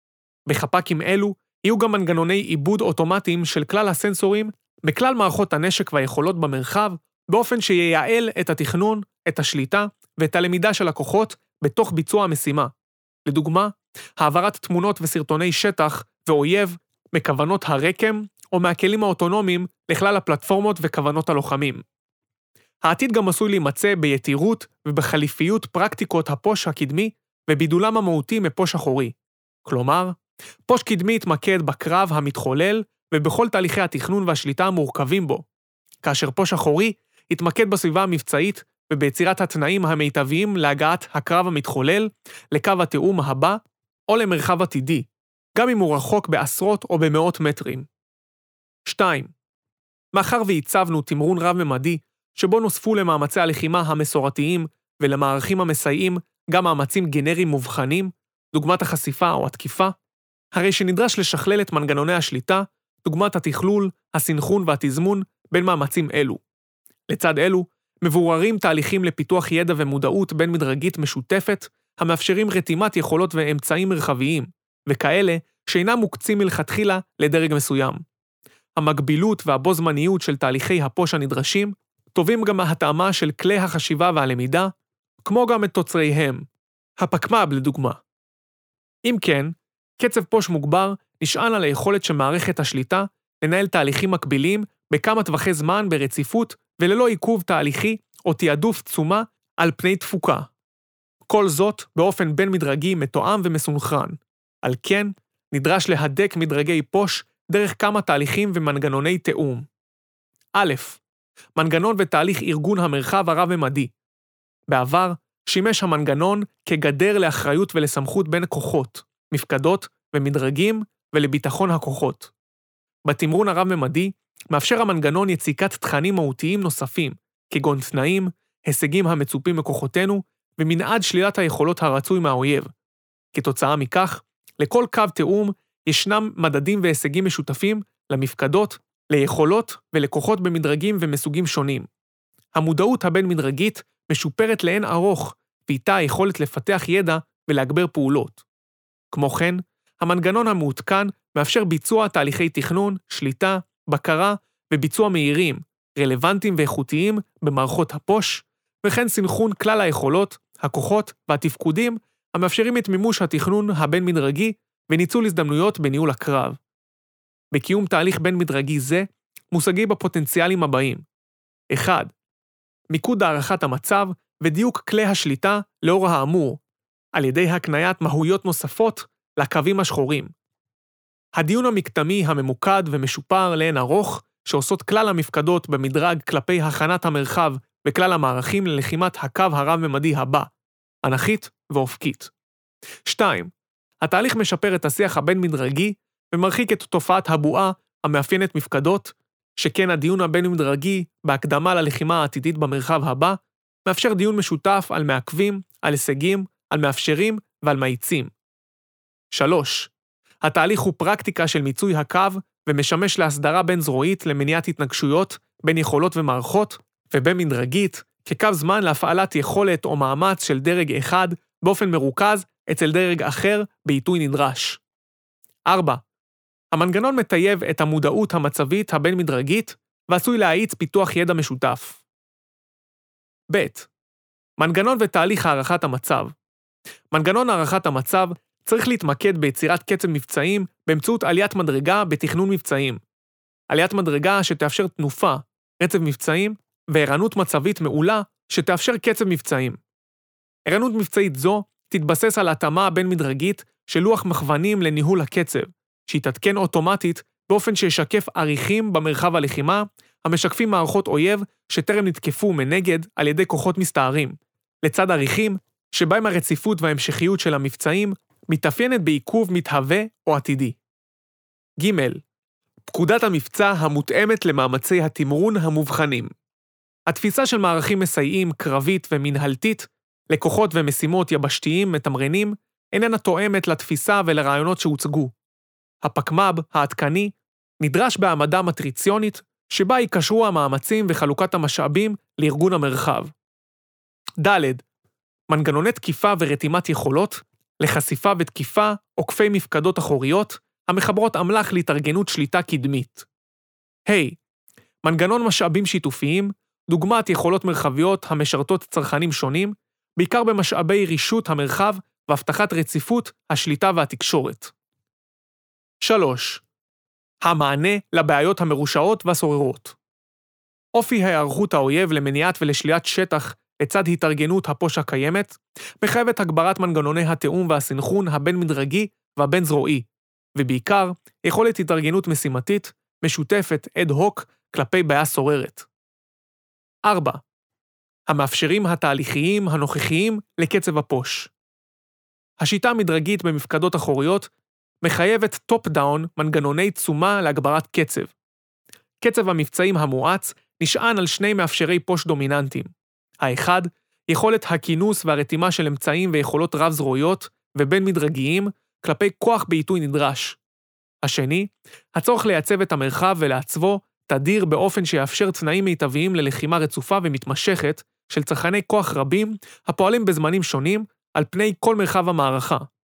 בחפ"קים אלו יהיו גם מנגנוני עיבוד אוטומטיים של כלל הסנסורים בכלל מערכות הנשק והיכולות במרחב, באופן שייעל את התכנון, את השליטה ואת הלמידה של הכוחות בתוך ביצוע המשימה. לדוגמה, העברת תמונות וסרטוני שטח ואויב מכוונות הרקם או מהכלים האוטונומיים לכלל הפלטפורמות וכוונות הלוחמים. העתיד גם עשוי להימצא ביתירות ובחליפיות פרקטיקות הפוש הקדמי ובידולם המהותי מפוש אחורי. כלומר, פוש קדמי יתמקד בקרב המתחולל ובכל תהליכי התכנון והשליטה המורכבים בו, כאשר פוש אחורי יתמקד בסביבה המבצעית וביצירת התנאים המיטביים להגעת הקרב המתחולל לקו התאום הבא או למרחב עתידי, גם אם הוא רחוק בעשרות או במאות מטרים. שתיים. מאחר והצבנו תמרון רב-ממדי, שבו נוספו למאמצי הלחימה המסורתיים ולמערכים המסייעים גם מאמצים גנריים מובחנים, דוגמת החשיפה או התקיפה, הרי שנדרש לשכלל את מנגנוני השליטה, דוגמת התכלול, הסנכרון והתזמון בין מאמצים אלו. לצד אלו, מבוררים תהליכים לפיתוח ידע ומודעות בין מדרגית משותפת, המאפשרים רתימת יכולות ואמצעים מרחביים, וכאלה שאינם מוקצים מלכתחילה לדרג מסוים. המקבילות והבו זמניות של תהליכי הפוש הנדרשים, טובים גם ההתאמה של כלי החשיבה והלמידה, כמו גם את תוצריהם, הפקמ"ב לדוגמה. אם כן, קצב פוש מוגבר נשען על היכולת שמערכת השליטה לנהל תהליכים מקבילים בכמה טווחי זמן ברציפות וללא עיכוב תהליכי או תיעדוף תשומה על פני תפוקה. כל זאת באופן בין מדרגי מתואם ומסונכרן. על כן, נדרש להדק מדרגי פוש דרך כמה תהליכים ומנגנוני תאום. א', מנגנון ותהליך ארגון המרחב הרב-ממדי. בעבר, שימש המנגנון כגדר לאחריות ולסמכות בין כוחות, מפקדות ומדרגים ולביטחון הכוחות. בתמרון הרב-ממדי, מאפשר המנגנון יציקת תכנים מהותיים נוספים, כגון תנאים, הישגים המצופים מכוחותינו, ומנעד שלילת היכולות הרצוי מהאויב. כתוצאה מכך, לכל קו תאום ישנם מדדים והישגים משותפים למפקדות, ליכולות ולכוחות במדרגים ומסוגים שונים. המודעות הבין-מדרגית משופרת לאין ארוך, ואיתה היכולת לפתח ידע ולהגבר פעולות. כמו כן, המנגנון המעודכן מאפשר ביצוע תהליכי תכנון, שליטה, בקרה וביצוע מהירים, רלוונטיים ואיכותיים במערכות הפוש, וכן סנכרון כלל היכולות, הכוחות והתפקודים המאפשרים את מימוש התכנון הבין-מדרגי וניצול הזדמנויות בניהול הקרב. בקיום תהליך בין-מדרגי זה, מושגים בפוטנציאלים הבאים. אחד. מיקוד הערכת המצב ודיוק כלי השליטה לאור האמור, על ידי הקניית מהויות נוספות לקווים השחורים. הדיון המקדמי הממוקד ומשופר לאין ארוך, שעושות כלל המפקדות במדרג כלפי הכנת המרחב וכלל המערכים ללחימת הקו הרב-ממדי הבא, אנכית ואופקית. שתיים. התהליך משפר את השיח הבין-מדרגי ומרחיק את תופעת הבועה המאפיינת מפקדות, שכן הדיון הבין-מדרגי בהקדמה ללחימה העתידית במרחב הבא, מאפשר דיון משותף על מעכבים, על הישגים, על מאפשרים ועל מאיצים. שלוש. התהליך הוא פרקטיקה של מיצוי הקו ומשמש להסדרה בין זרועית למניעת התנגשויות בין יכולות ומערכות, ובין מדרגית כקו זמן להפעלת יכולת או מאמץ של דרג אחד באופן מרוכז אצל דרג אחר בעיתוי נדרש. ארבע. המנגנון מטייב את המודעות המצבית הבין-מדרגית ועשוי להאיץ פיתוח ידע משותף. ב. מנגנון ותהליך הערכת המצב. מנגנון הערכת המצב צריך להתמקד ביצירת קצב מבצעים באמצעות עליית מדרגה בתכנון מבצעים. עליית מדרגה שתאפשר תנופה, רצף מבצעים וערנות מצבית מעולה שתאפשר קצב מבצעים. ערנות מבצעית זו תתבסס על התאמה הבין-מדרגית של לוח מכוונים לניהול הקצב, שיתעדכן אוטומטית באופן שישקף עריכים במרחב הלחימה, המשקפים מערכות אויב שטרם נתקפו מנגד על ידי כוחות מסתערים, לצד עריכים שבהם הרציפות וההמשכיות של המבצעים מתאפיינת בעיכוב מתהווה או עתידי. ג. פקודת המבצע המותאמת למאמצי התמרון המובחנים. התפיסה של מערכים מסייעים קרבית ומנהלתית לכוחות ומשימות יבשתיים מתמרנים איננה תואמת לתפיסה ולרעיונות שהוצגו. הפקמ"ב העדכני נדרש בהעמדה מטריציונית שבה יקשרו המאמצים וחלוקת המשאבים לארגון המרחב. ד. מנגנוני תקיפה ורתימת יכולות לחשיפה ותקיפה עוקפי מפקדות אחוריות המחברות אמל"ח להתארגנות שליטה קדמית. ה. מנגנון משאבים שיתופיים, דוגמת יכולות מרחביות המשרתות צרכנים שונים, בעיקר במשאבי רישות המרחב והבטחת רציפות, השליטה והתקשורת. שלוש. המענה לבעיות המרושעות והסוררות. אופי ההיערכות האויב למניעת ולשליית שטח לצד התארגנות הפוש הקיימת, מחייבת הגברת מנגנוני התאום והסנכרון הבין-מדרגי והבין-זרועי, ובעיקר יכולת התארגנות משימתית, משותפת אד-הוק כלפי בעיה סוררת. ארבע. המאפשרים התהליכיים הנוכחיים לקצב הפוש. השיטה המדרגית במפקדות אחוריות מחייבת טופ-דאון מנגנוני תשומה להגברת קצב. קצב המבצעים המואץ נשען על שני מאפשרי פוש דומיננטיים. האחד, יכולת הכינוס והרתימה של אמצעים ויכולות רב-זרועיות ובין מדרגיים כלפי כוח בעיתוי נדרש. השני, הצורך לייצב את המרחב ולעצבו תדיר באופן שיאפשר תנאים מיטביים ללחימה רצופה ומתמשכת של צרכני כוח רבים הפועלים בזמנים שונים על פני כל מרחב המערכה.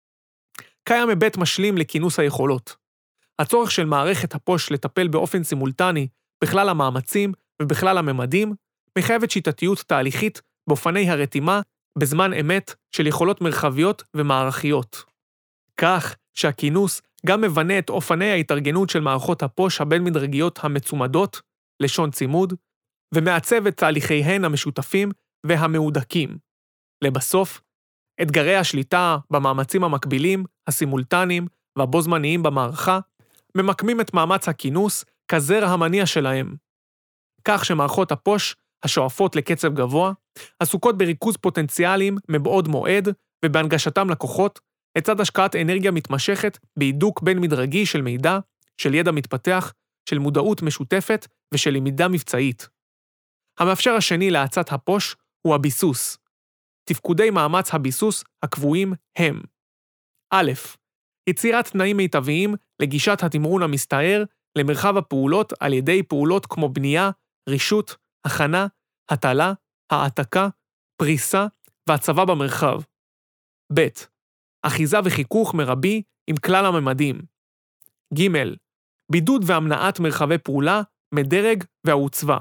קיים היבט משלים לכינוס היכולות. הצורך של מערכת הפוש לטפל באופן סימולטני בכלל המאמצים ובכלל הממדים, מחייבת שיטתיות תהליכית באופני הרתימה בזמן אמת של יכולות מרחביות ומערכיות. כך שהכינוס גם מבנה את אופני ההתארגנות של מערכות הפוש הבין-מדרגיות המצומדות, לשון צימוד, ומעצב את תהליכיהן המשותפים והמהודקים. לבסוף, אתגרי השליטה במאמצים המקבילים, הסימולטניים והבו זמניים במערכה, ממקמים את מאמץ הכינוס כזר המניע שלהם. כך שמערכות הפוש השואפות לקצב גבוה, עסוקות בריכוז פוטנציאלים מבעוד מועד ובהנגשתם לקוחות, לצד השקעת אנרגיה מתמשכת בהידוק בין מדרגי של מידע, של ידע מתפתח, של מודעות משותפת ושל למידה מבצעית. המאפשר השני להאצת הפוש הוא הביסוס. תפקודי מאמץ הביסוס הקבועים הם: א', יצירת תנאים מיטביים לגישת התמרון המסתער למרחב הפעולות על ידי פעולות כמו בנייה, רישות, הכנה, הטלה, העתקה, פריסה והצבה במרחב. ב', אחיזה וחיכוך מרבי עם כלל הממדים. ג', בידוד והמנעת מרחבי פעולה מדרג והעוצבה.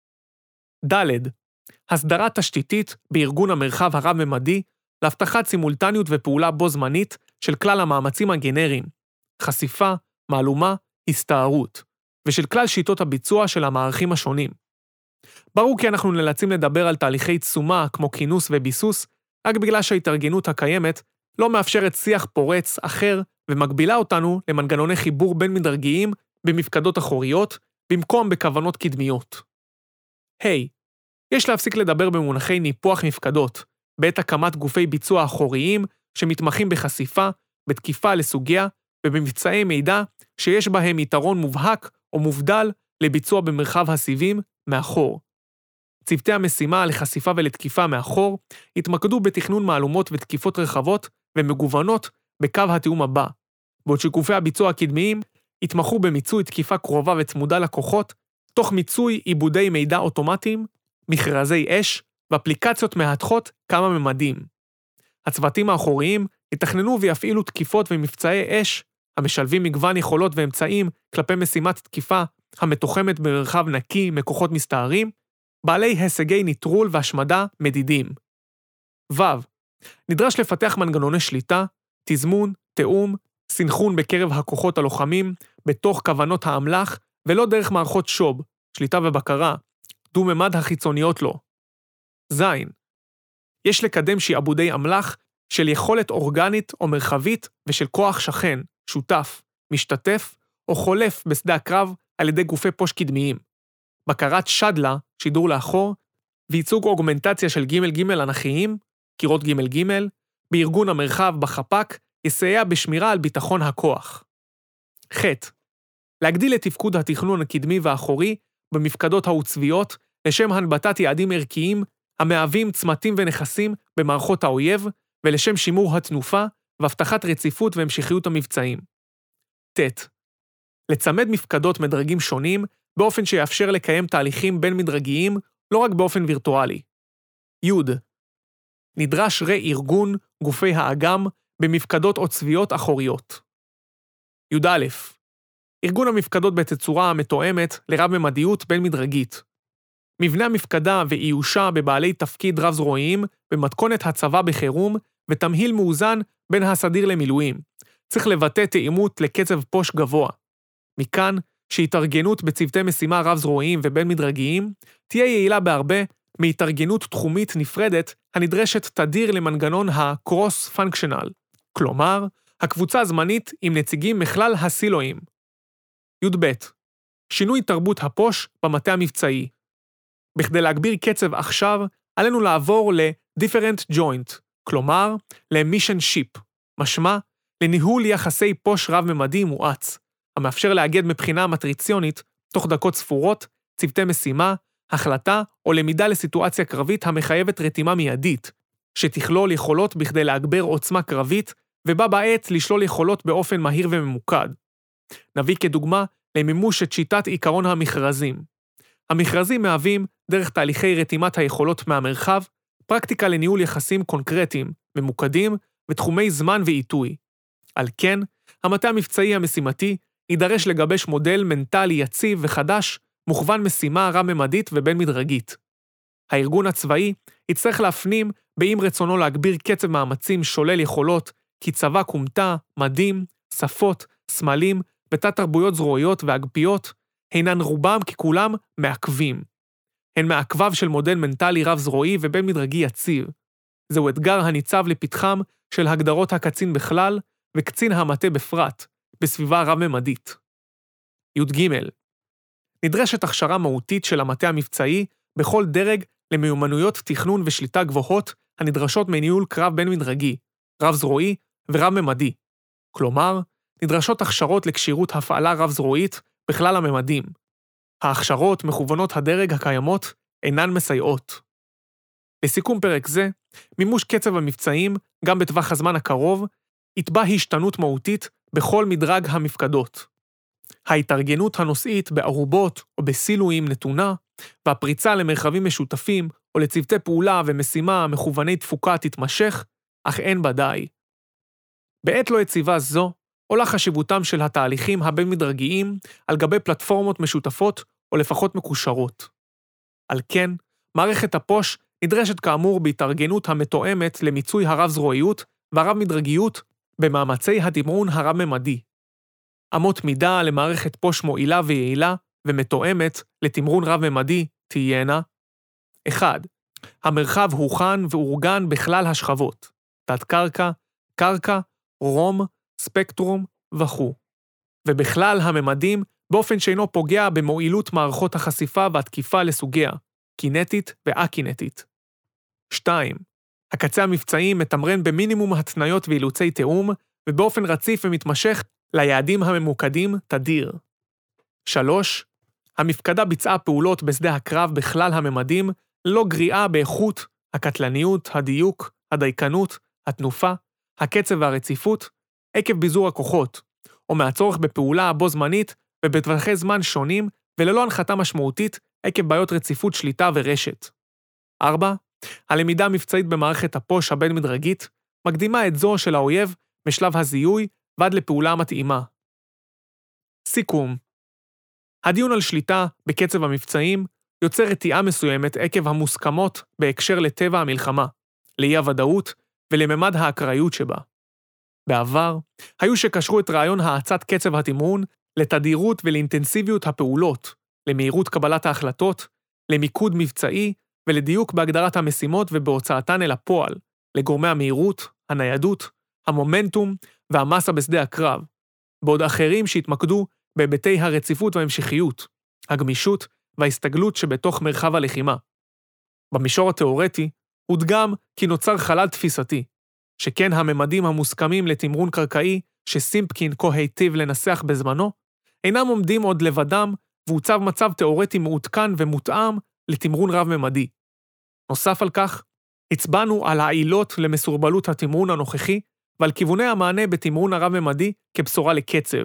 ד', הסדרת תשתיתית בארגון המרחב הרב-ממדי להבטחת סימולטניות ופעולה בו זמנית של כלל המאמצים הגנריים, חשיפה, מעלומה, הסתערות, ושל כלל שיטות הביצוע של המערכים השונים. ברור כי אנחנו נאלצים לדבר על תהליכי תשומה כמו כינוס וביסוס, רק בגלל שההתארגנות הקיימת לא מאפשרת שיח פורץ אחר ומגבילה אותנו למנגנוני חיבור בין מדרגיים במפקדות אחוריות, במקום בכוונות קדמיות. היי, יש להפסיק לדבר במונחי ניפוח מפקדות, בעת הקמת גופי ביצוע אחוריים שמתמחים בחשיפה, בתקיפה לסוגיה ובמבצעי מידע שיש בהם יתרון מובהק או מובדל לביצוע במרחב הסיבים מאחור. צוותי המשימה לחשיפה ולתקיפה מאחור התמקדו בתכנון מהלומות ותקיפות רחבות ומגוונות בקו התיאום הבא, בעוד שגופי הביצוע הקדמיים התמחו במיצוי תקיפה קרובה וצמודה לכוחות, תוך מיצוי עיבודי מידע אוטומטיים, מכרזי אש ואפליקציות מהתחות כמה ממדים. הצוותים האחוריים יתכננו ויפעילו תקיפות ומבצעי אש, המשלבים מגוון יכולות ואמצעים כלפי משימת תקיפה המתוחמת במרחב נקי מכוחות מסתערים, בעלי הישגי ניטרול והשמדה מדידים. ו. נדרש לפתח מנגנוני שליטה, תזמון, תאום, סינכרון בקרב הכוחות הלוחמים, בתוך כוונות האמל"ח, ולא דרך מערכות שוב, שליטה ובקרה, דו-ממד החיצוניות לו. ז. יש לקדם שעבודי אמל"ח של יכולת אורגנית או מרחבית ושל כוח שכן, שותף, משתתף או חולף בשדה הקרב על ידי גופי פוש קדמיים. בקרת שדלה, שידור לאחור, וייצוג אוגמנטציה של ג' ג' אנכיים, קירות ג' ג', בארגון המרחב בחפ"ק, יסייע בשמירה על ביטחון הכוח. ח. להגדיל את תפקוד התכנון הקדמי והאחורי במפקדות העוצביות לשם הנבטת יעדים ערכיים המהווים צמתים ונכסים במערכות האויב ולשם שימור התנופה והבטחת רציפות והמשכיות המבצעים. ט. לצמד מפקדות מדרגים שונים באופן שיאפשר לקיים תהליכים בין מדרגיים לא רק באופן וירטואלי. י. נדרש re-ארגון גופי האגם במפקדות עוצביות אחוריות. י"א. ארגון המפקדות בתצורה המתואמת לרב-ממדיות בין-מדרגית. מבנה המפקדה ואיושה בבעלי תפקיד רב-זרועיים במתכונת הצבא בחירום ותמהיל מאוזן בין הסדיר למילואים. צריך לבטא תאימות לקצב פוש גבוה. מכאן שהתארגנות בצוותי משימה רב-זרועיים ובין-מדרגיים תהיה יעילה בהרבה מהתארגנות תחומית נפרדת הנדרשת תדיר למנגנון ה-cross-functional, כלומר, הקבוצה הזמנית עם נציגים מכלל הסילואים. י"ב. שינוי תרבות הפוש במטה המבצעי. בכדי להגביר קצב עכשיו, עלינו לעבור ל-different joint, כלומר, ל-mission ship, משמע, לניהול יחסי פוש רב-ממדי מואץ, המאפשר להגד מבחינה מטריציונית, תוך דקות ספורות, צוותי משימה, החלטה או למידה לסיטואציה קרבית המחייבת רתימה מיידית, שתכלול יכולות בכדי להגבר עוצמה קרבית, ובה בעת לשלול יכולות באופן מהיר וממוקד. נביא כדוגמה למימוש את שיטת עיקרון המכרזים. המכרזים מהווים, דרך תהליכי רתימת היכולות מהמרחב, פרקטיקה לניהול יחסים קונקרטיים, ממוקדים ותחומי זמן ועיתוי. על כן, המטה המבצעי המשימתי יידרש לגבש מודל מנטלי יציב וחדש, מוכוון משימה רב-ממדית ובין-מדרגית. הארגון הצבאי יצטרך להפנים באם רצונו להגביר קצב מאמצים שולל יכולות, כי צבא קומטה, מדים, שפות, סמלים ותת-תרבויות זרועיות ואגפיות, הינן רובם ככולם מעכבים. הן מעכביו של מודל מנטלי רב-זרועי ובין-מדרגי יציב. זהו אתגר הניצב לפתחם של הגדרות הקצין בכלל וקצין המטה בפרט, בסביבה רב-ממדית. י"ג. נדרשת הכשרה מהותית של המטה המבצעי בכל דרג למיומנויות תכנון ושליטה גבוהות הנדרשות מניהול קרב בין-מדרגי, רב-זרועי ורב-ממדי. כלומר, נדרשות הכשרות לקשירות הפעלה רב-זרועית בכלל הממדים. ההכשרות מכוונות הדרג הקיימות אינן מסייעות. לסיכום פרק זה, מימוש קצב המבצעים, גם בטווח הזמן הקרוב, יתבע השתנות מהותית בכל מדרג המפקדות. ההתארגנות הנושאית בערובות או בסילואים נתונה, והפריצה למרחבים משותפים או לצוותי פעולה ומשימה מכווני תפוקה תתמשך, אך אין בה די. בעת לא יציבה זו, עולה חשיבותם של התהליכים הבין-מדרגיים על גבי פלטפורמות משותפות או לפחות מקושרות. על כן, מערכת הפוש נדרשת כאמור בהתארגנות המתואמת למיצוי הרב-זרועיות והרב-מדרגיות במאמצי התמרון הרב-ממדי. אמות מידה למערכת פוש מועילה ויעילה ומתואמת לתמרון רב-ממדי תהיינה. אחד. המרחב הוכן ואורגן בכלל השכבות, תת-קרקע, קרקע, רום, ספקטרום וכו'. ובכלל הממדים באופן שאינו פוגע במועילות מערכות החשיפה והתקיפה לסוגיה, קינטית ואקינטית. שתיים. הקצה המבצעי מתמרן במינימום התניות ואילוצי תאום, ובאופן רציף ומתמשך ליעדים הממוקדים תדיר. שלוש. המפקדה ביצעה פעולות בשדה הקרב בכלל הממדים, ללא גריעה באיכות, הקטלניות, הדיוק, הדייקנות, התנופה, הקצב והרציפות, עקב ביזור הכוחות, או מהצורך בפעולה בו זמנית ובטווחי זמן שונים וללא הנחתה משמעותית עקב בעיות רציפות שליטה ורשת. ארבע. הלמידה המבצעית במערכת הפוש הבין-מדרגית מקדימה את זו של האויב משלב הזיהוי ועד לפעולה מתאימה. סיכום. הדיון על שליטה בקצב המבצעים יוצר רתיעה מסוימת עקב המוסכמות בהקשר לטבע המלחמה, לאי הוודאות ולממד האקראיות שבה. בעבר, היו שקשרו את רעיון האצת קצב התמרון לתדירות ולאינטנסיביות הפעולות, למהירות קבלת ההחלטות, למיקוד מבצעי ולדיוק בהגדרת המשימות ובהוצאתן אל הפועל, לגורמי המהירות, הניידות, המומנטום והמסה בשדה הקרב, בעוד אחרים שהתמקדו בהיבטי הרציפות וההמשכיות, הגמישות וההסתגלות שבתוך מרחב הלחימה. במישור התיאורטי, הודגם כי נוצר חלל תפיסתי, שכן הממדים המוסכמים לתמרון קרקעי שסימפקין כה היטיב לנסח בזמנו, אינם עומדים עוד לבדם והוצב מצב תיאורטי מעודכן ומותאם לתמרון רב-ממדי. נוסף על כך, הצבענו על העילות למסורבלות התמרון הנוכחי ועל כיווני המענה בתמרון הרב-ממדי כבשורה לקצב.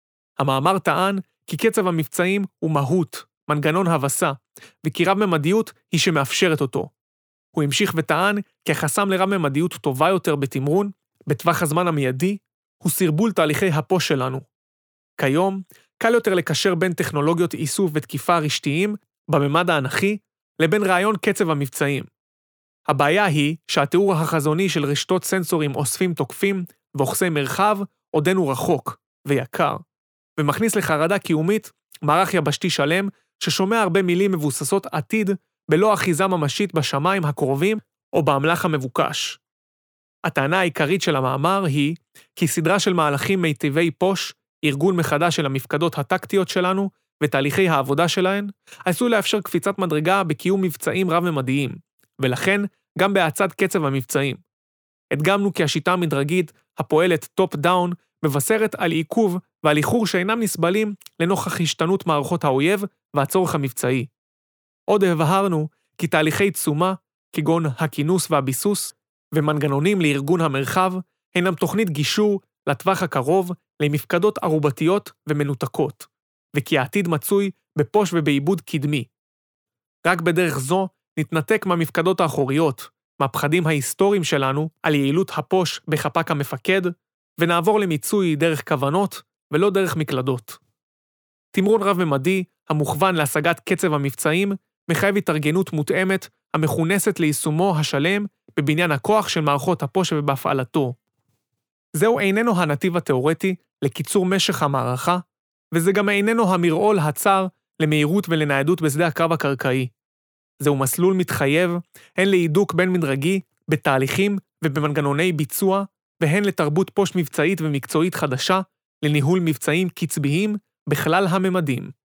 המאמר טען כי קצב המבצעים הוא מהות, מנגנון הבסה, וכי רב-ממדיות היא שמאפשרת אותו. הוא המשיך וטען כי החסם לרב-ממדיות טובה יותר בתמרון, בטווח הזמן המיידי, הוא סרבול תהליכי הפוש שלנו. כיום, קל יותר לקשר בין טכנולוגיות איסוף ותקיפה רשתיים בממד האנכי לבין רעיון קצב המבצעים. הבעיה היא שהתיאור החזוני של רשתות סנסורים אוספים תוקפים ואוחסי מרחב עודנו רחוק ויקר, ומכניס לחרדה קיומית מערך יבשתי שלם ששומע הרבה מילים מבוססות עתיד בלא אחיזה ממשית בשמיים הקרובים או באמל"ח המבוקש. הטענה העיקרית של המאמר היא כי סדרה של מהלכים מיטיבי פוש, ארגון מחדש של המפקדות הטקטיות שלנו ותהליכי העבודה שלהן, עשוי לאפשר קפיצת מדרגה בקיום מבצעים רב-ממדיים, ולכן גם בהאצת קצב המבצעים. הדגמנו כי השיטה המדרגית, הפועלת טופ-דאון, מבשרת על עיכוב ועל איחור שאינם נסבלים לנוכח השתנות מערכות האויב והצורך המבצעי. עוד הבהרנו כי תהליכי תשומה, כגון הכינוס והביסוס, ומנגנונים לארגון המרחב, הינם תוכנית גישור לטווח הקרוב למפקדות ערובתיות ומנותקות, וכי העתיד מצוי בפוש ובעיבוד קדמי. רק בדרך זו נתנתק מהמפקדות האחוריות, מהפחדים ההיסטוריים שלנו על יעילות הפוש בחפ"ק המפקד, ונעבור למיצוי דרך כוונות ולא דרך מקלדות. תמרון רב-ממדי, המוכוון להשגת קצב המבצעים, מחייב התארגנות מותאמת המכונסת ליישומו השלם בבניין הכוח של מערכות הפוש ובהפעלתו. זהו איננו הנתיב התיאורטי לקיצור משך המערכה, וזה גם איננו המרעול הצר למהירות ולניידות בשדה הקרב הקרקעי. זהו מסלול מתחייב, הן להידוק בין מדרגי, בתהליכים ובמנגנוני ביצוע, והן לתרבות פוש מבצעית ומקצועית חדשה, לניהול מבצעים קצביים בכלל הממדים.